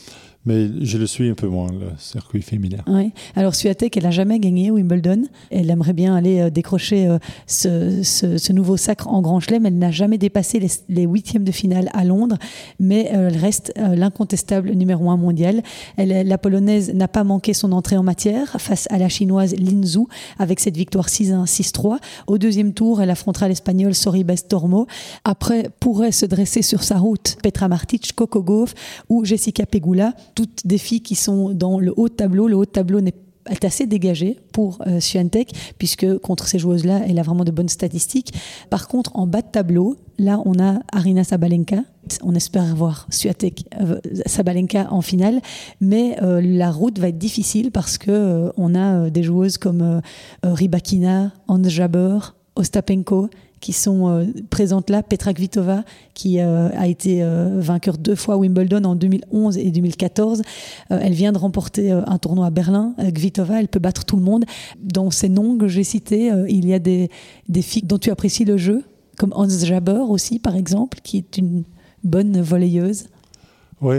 Mais je le suis un peu moins, le circuit féminin. Oui. Alors Swiatek, elle n'a jamais gagné Wimbledon. Elle aimerait bien aller décrocher ce nouveau sacre en Grand Chelem. Elle n'a jamais dépassé les huitièmes de finale à Londres, mais elle reste l'incontestable numéro 1 mondial. La Polonaise n'a pas manqué son entrée en matière face à la Chinoise Lin Zhu avec cette victoire 6-1, 6-3. Au deuxième tour, elle affrontera l'Espagnole Sorribes Tormo. Après, pourrait se dresser sur sa route Petra Martic, Coco Gauff ou Jessica Pegula. Toutes des filles qui sont dans le haut de tableau. Le haut de tableau est assez dégagé pour Swiatek, puisque contre ces joueuses-là, elle a vraiment de bonnes statistiques. Par contre, en bas de tableau, là, on a Aryna Sabalenka. On espère voir Swiatek, Sabalenka en finale, mais la route va être difficile parce que on a des joueuses comme Rybakina, Ons Jabeur, Ostapenko, qui sont présentes là. Petra Kvitova, qui a été vainqueur 2 fois à Wimbledon en 2011 et 2014. Elle vient de remporter un tournoi à Berlin. Kvitova, elle peut battre tout le monde. Dans ces noms que j'ai cités, il y a des filles dont tu apprécies le jeu, comme Ons Jabeur aussi, par exemple, qui est une bonne volleyeuse. Oui.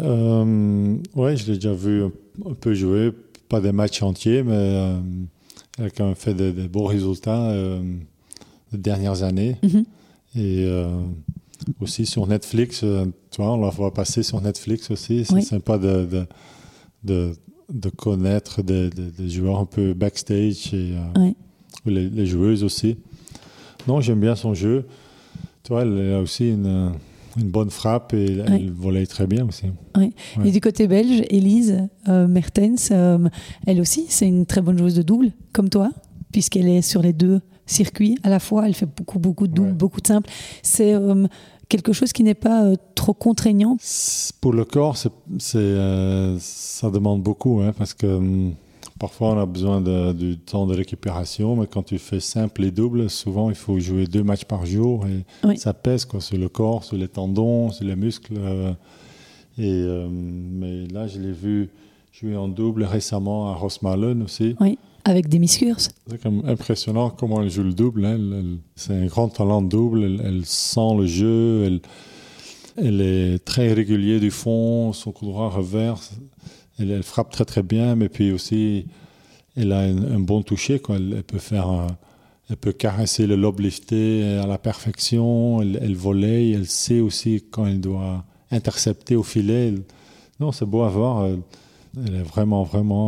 Ouais, je l'ai déjà vu un peu jouer. Pas des matchs entiers, mais elle a quand même fait de beaux résultats les dernières années. Et aussi sur Netflix, tu vois, on la voit passer sur Netflix aussi. C'est sympa de connaître des joueurs un peu backstage et les joueuses aussi. Non, j'aime bien son jeu. Tu vois, elle a aussi une bonne frappe et elle volaille très bien aussi. Oui. Ouais. Et du côté belge, Elise Mertens, elle aussi, c'est une très bonne joueuse de double, comme toi, puisqu'elle est sur les deux circuits à la fois. Elle fait beaucoup de double, beaucoup de simple. C'est quelque chose qui n'est pas trop contraignant. Pour le corps, ça demande beaucoup, parce que parfois on a besoin du temps de récupération, mais quand tu fais simple et double, souvent il faut jouer 2 matchs par jour et ça pèse sur le corps, sur les tendons, sur les muscles. Mais là, je l'ai vu jouer en double récemment à Rosmalen aussi. Oui. Avec Demi Schuurs. C'est impressionnant comment elle joue le double. C'est un grand talent de double. Elle sent le jeu. Elle est très régulière du fond. Son coup droit reverse. Elle frappe très très bien. Mais puis aussi, elle a un bon toucher. Elle peut caresser le lob lifté à la perfection. Elle volaille. Elle sait aussi quand elle doit intercepter au filet. Non, c'est beau à voir. Elle est vraiment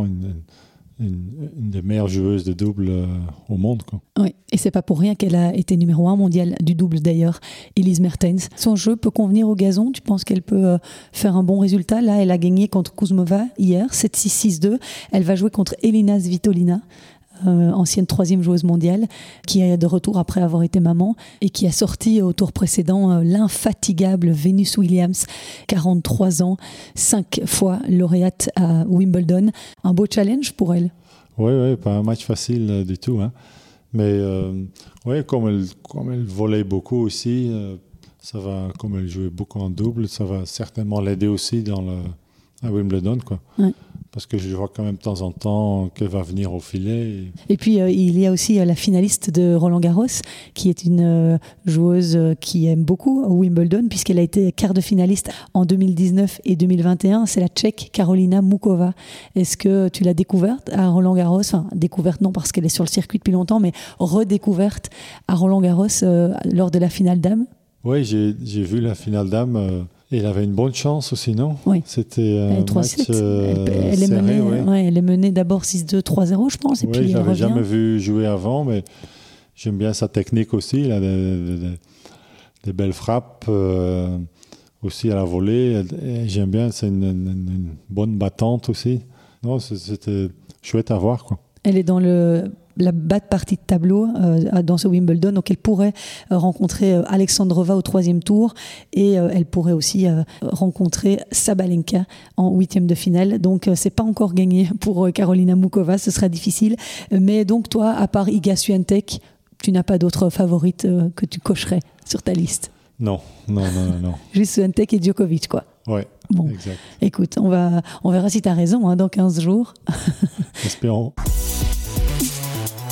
une des meilleures joueuses de double au monde. Oui, et c'est pas pour rien qu'elle a été numéro 1 mondial du double d'ailleurs, Elise Mertens. Son jeu peut convenir au gazon, tu penses qu'elle peut faire un bon résultat? Là, elle a gagné contre Kuzmova hier, 7-6, 6-2. Elle va jouer contre Elina Svitolina, ancienne 3e joueuse mondiale, qui est de retour après avoir été maman et qui a sorti au tour précédent l'infatigable Venus Williams, 43 ans, 5 fois lauréate à Wimbledon. Un beau challenge pour elle. Oui, pas un match facile du tout. Mais comme elle volait beaucoup aussi, ça va, comme elle jouait beaucoup en double, ça va certainement l'aider aussi à Wimbledon, Ouais. Parce que je vois quand même de temps en temps qu'elle va venir au filet. Et puis, il y a aussi la finaliste de Roland-Garros, qui est une joueuse qui aime beaucoup Wimbledon, puisqu'elle a été quart de finaliste en 2019 et 2021. C'est la Tchèque Karolina Mukova. Est-ce que tu l'as découverte à Roland-Garros? Enfin, découverte non, parce qu'elle est sur le circuit depuis longtemps, mais redécouverte à Roland-Garros lors de la finale dames? Oui, j'ai vu la finale dames. Et elle avait une bonne chance aussi, non? Oui. C'était un match elle est menée, elle est menée d'abord 6-2, 3-0, je pense. Et puis je ne l'avais jamais vu jouer avant, mais j'aime bien sa technique aussi. Il a des belles frappes aussi à la volée. Et j'aime bien, c'est une bonne battante aussi. Non, c'était chouette à voir, Elle est dans la bas partie de tableau dans ce Wimbledon, donc elle pourrait rencontrer Alexandrova au 3e tour et elle pourrait aussi rencontrer Sabalenka en 8e de finale. Donc c'est pas encore gagné pour Karolina Mukova, ce sera difficile. Mais donc toi, à part Iga Swiatek, tu n'as pas d'autres favorites que tu cocherais sur ta liste? Non. Juste Swiatek et Djokovic, Oui, bon. Exact. Écoute, on verra si tu as raison dans 15 jours. Espérons.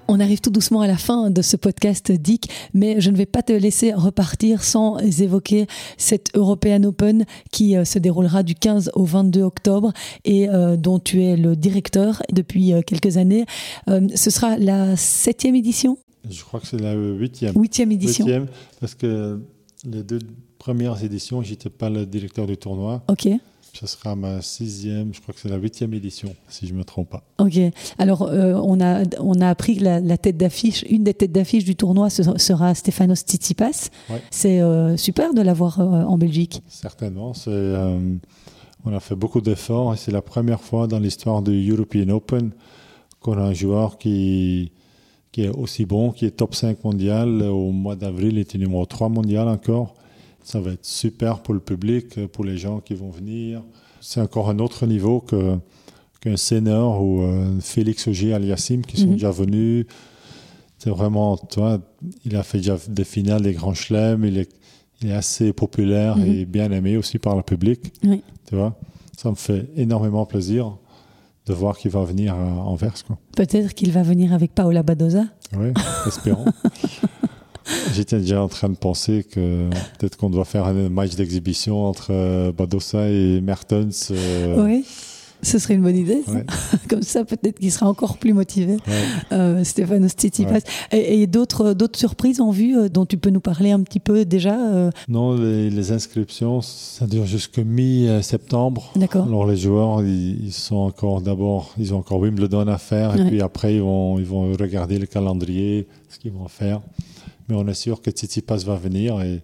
On arrive tout doucement à la fin de ce podcast, Dick, mais je ne vais pas te laisser repartir sans évoquer cette European Open qui se déroulera du 15 au 22 octobre et dont tu es le directeur depuis quelques années. Ce sera la 7e édition ? Je crois que c'est la 8e. 8e édition. 8e, parce que les 2 premières éditions, je n'étais pas le directeur du tournoi. Ok. Ce sera ma 6e, je crois que c'est la 8e édition, si je ne me trompe pas. Ok. Alors, on a appris que la tête d'affiche, une des têtes d'affiche du tournoi sera Stefanos Tsitsipas. Ouais. C'est super de l'avoir en Belgique. Certainement. On a fait beaucoup d'efforts et c'est la première fois dans l'histoire du European Open qu'on a un joueur qui est aussi bon, qui est top 5 mondial. Au mois d'avril, il était numéro 3 mondial encore. Ça va être super pour le public, pour les gens qui vont venir. C'est encore un autre niveau qu'un Senner ou Félix Auger-Aliassime qui sont déjà venus. C'est vraiment, tu vois, il a fait déjà des finales des grands chelems. Il est assez populaire et bien aimé aussi par le public. Oui. Tu vois, ça me fait énormément plaisir de voir qu'il va venir à Anvers, quoi. Peut-être qu'il va venir avec Paola Badosa. Oui, espérons. J'étais déjà en train de penser que peut-être qu'on doit faire un match d'exhibition entre Badosa et Mertens. Oui, ce serait une bonne idée. Ouais. Comme ça, peut-être qu'il sera encore plus motivé, Stefanos Tsitsipas. Ouais. Et d'autres surprises en vue dont tu peux nous parler un petit peu déjà Non, les inscriptions, ça dure jusqu'à mi-septembre. D'accord. Alors les joueurs, ils ont encore Wimbledon à faire. Et puis après, ils vont regarder le calendrier, ce qu'ils vont faire. Mais on est sûr que Tsitsipas va venir et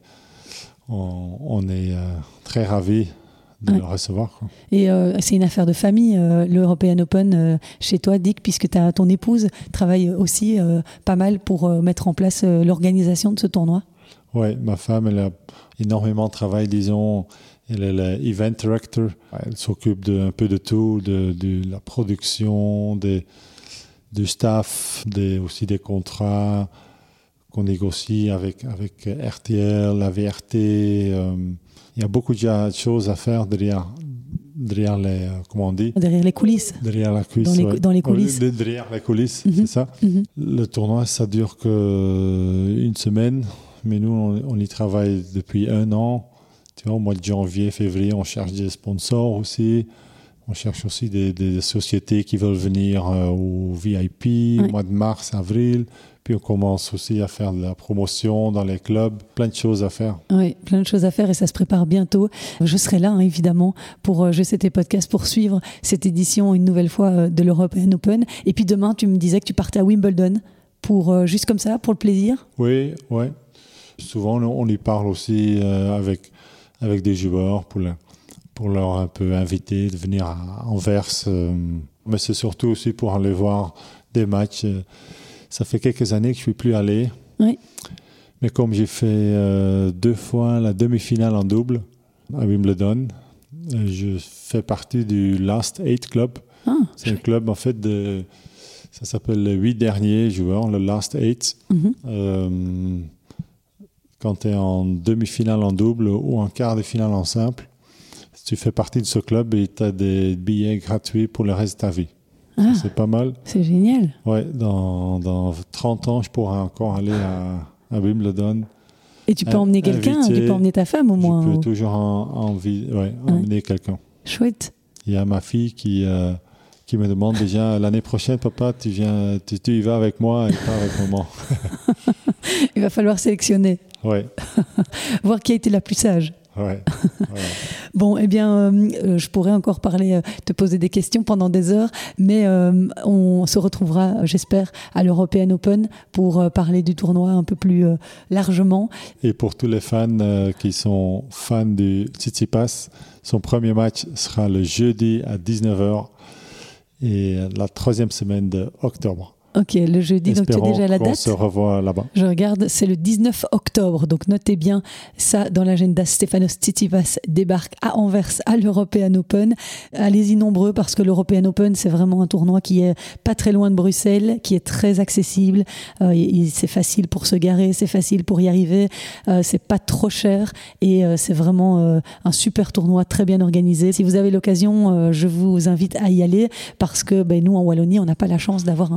on est très ravis de le recevoir, quoi. Et c'est une affaire de famille, l'European Open chez toi, Dick, puisque ton épouse travaille aussi pas mal pour mettre en place l'organisation de ce tournoi. Oui, ma femme, elle a énormément travaillé, disons. Elle est l'event director. Elle s'occupe un peu de tout, de la production, du staff, aussi des contrats qu'on négocie avec RTL, la VRT. Il y a beaucoup de choses à faire derrière les, comment on dit ? Derrière les coulisses. Derrière la cuisse, dans les coulisses. Derrière les coulisses, c'est ça. Le tournoi, ça dure qu'une semaine, mais nous, on y travaille depuis 1 an. Tu vois, au mois de janvier, février, on cherche des sponsors aussi. On cherche aussi des sociétés qui veulent venir au VIP, au mois de mars, avril. Puis on commence aussi à faire de la promotion dans les clubs. Plein de choses à faire. Oui, plein de choses à faire et ça se prépare bientôt. Je serai là, évidemment, pour Je sais tes podcasts, pour suivre cette édition une nouvelle fois de l'European Open. Et puis demain, tu me disais que tu partais à Wimbledon, juste comme ça, pour le plaisir. Oui. Souvent, on y parle aussi avec des joueurs pour leur un peu inviter de venir à Anvers. Mais c'est surtout aussi pour aller voir des matchs. Ça fait quelques années que je ne suis plus allé. Oui. Mais comme j'ai fait 2 fois la demi-finale en double à Wimbledon, je fais partie du Last 8 Club. C'est un club, en fait, ça s'appelle les 8 derniers joueurs, le Last 8. Quand tu es en demi-finale en double ou en quart de finale en simple, tu fais partie de ce club et tu as des billets gratuits pour le reste de ta vie. C'est pas mal. C'est génial. Ouais, dans 30 ans, je pourrais encore aller à Wimbledon. Et tu peux emmener quelqu'un, tu peux emmener ta femme au moins. Je peux toujours emmener quelqu'un. Chouette. Il y a ma fille qui me demande déjà l'année prochaine, papa, tu y vas avec moi et pas avec maman. Il va falloir sélectionner. Ouais. Voir qui a été la plus sage. Ouais. Bon, eh bien, je pourrais encore te poser des questions pendant des heures, mais on se retrouvera, j'espère, à l'European Open pour parler du tournoi un peu plus largement. Et pour tous les fans qui sont fans du Tsitsipas, son premier match sera le jeudi à 19h et la 3e semaine d'octobre. Ok, le jeudi, donc tu as déjà la date. On se revoit là-bas. Je regarde, c'est le 19 octobre, donc notez bien ça dans l'agenda. Stefanos Tsitsipas débarque à Anvers à l'European Open. Allez-y nombreux parce que l'European Open, c'est vraiment un tournoi qui est pas très loin de Bruxelles, qui est très accessible. C'est facile pour se garer, c'est facile pour y arriver, c'est pas trop cher et c'est vraiment un super tournoi très bien organisé. Si vous avez l'occasion, je vous invite à y aller parce que nous en Wallonie, on n'a pas la chance d'avoir un tournoi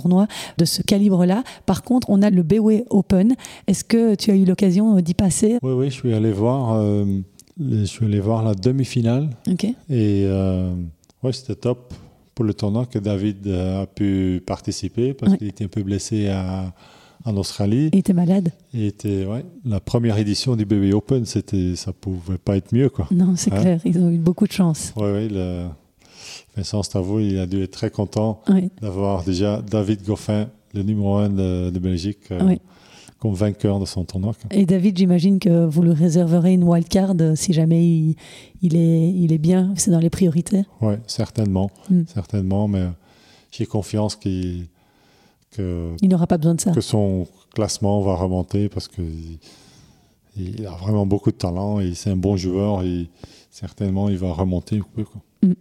tournoi de ce calibre-là. Par contre, on a le BW Open. Est-ce que tu as eu l'occasion d'y passer ? Oui, je suis allé voir la demi-finale. Okay. Et c'était top pour le tournoi que David a pu participer parce qu'il était un peu blessé en Australie. Il était malade. La première édition du BW Open, ça pouvait pas être mieux, quoi. Non, c'est clair, ils ont eu beaucoup de chance. Vincent Stavo, il a dû être très content d'avoir déjà David Goffin, le numéro 1 de Belgique, comme vainqueur de son tournoi. Et David, j'imagine que vous lui réserverez une wildcard si jamais il est bien, c'est dans les priorités. Oui, certainement, mais j'ai confiance qu'il n'aura pas besoin de ça. Que son classement va remonter parce qu'il a vraiment beaucoup de talent et c'est un bon joueur et certainement il va remonter un peu, quoi.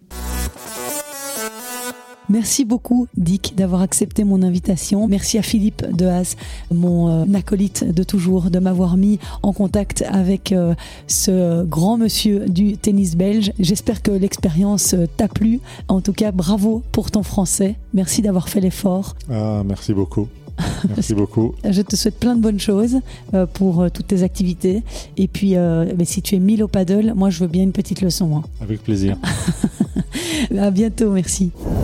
Merci beaucoup, Dick, d'avoir accepté mon invitation. Merci à Philippe Dehaze, mon acolyte de toujours, de m'avoir mis en contact avec ce grand monsieur du tennis belge. J'espère que l'expérience t'a plu. En tout cas, bravo pour ton français. Merci d'avoir fait l'effort. Merci beaucoup. Merci beaucoup. Je te souhaite plein de bonnes choses pour toutes tes activités. Et puis, si tu es 1000 au paddle, moi, je veux bien une petite leçon. Avec plaisir. À bientôt, merci.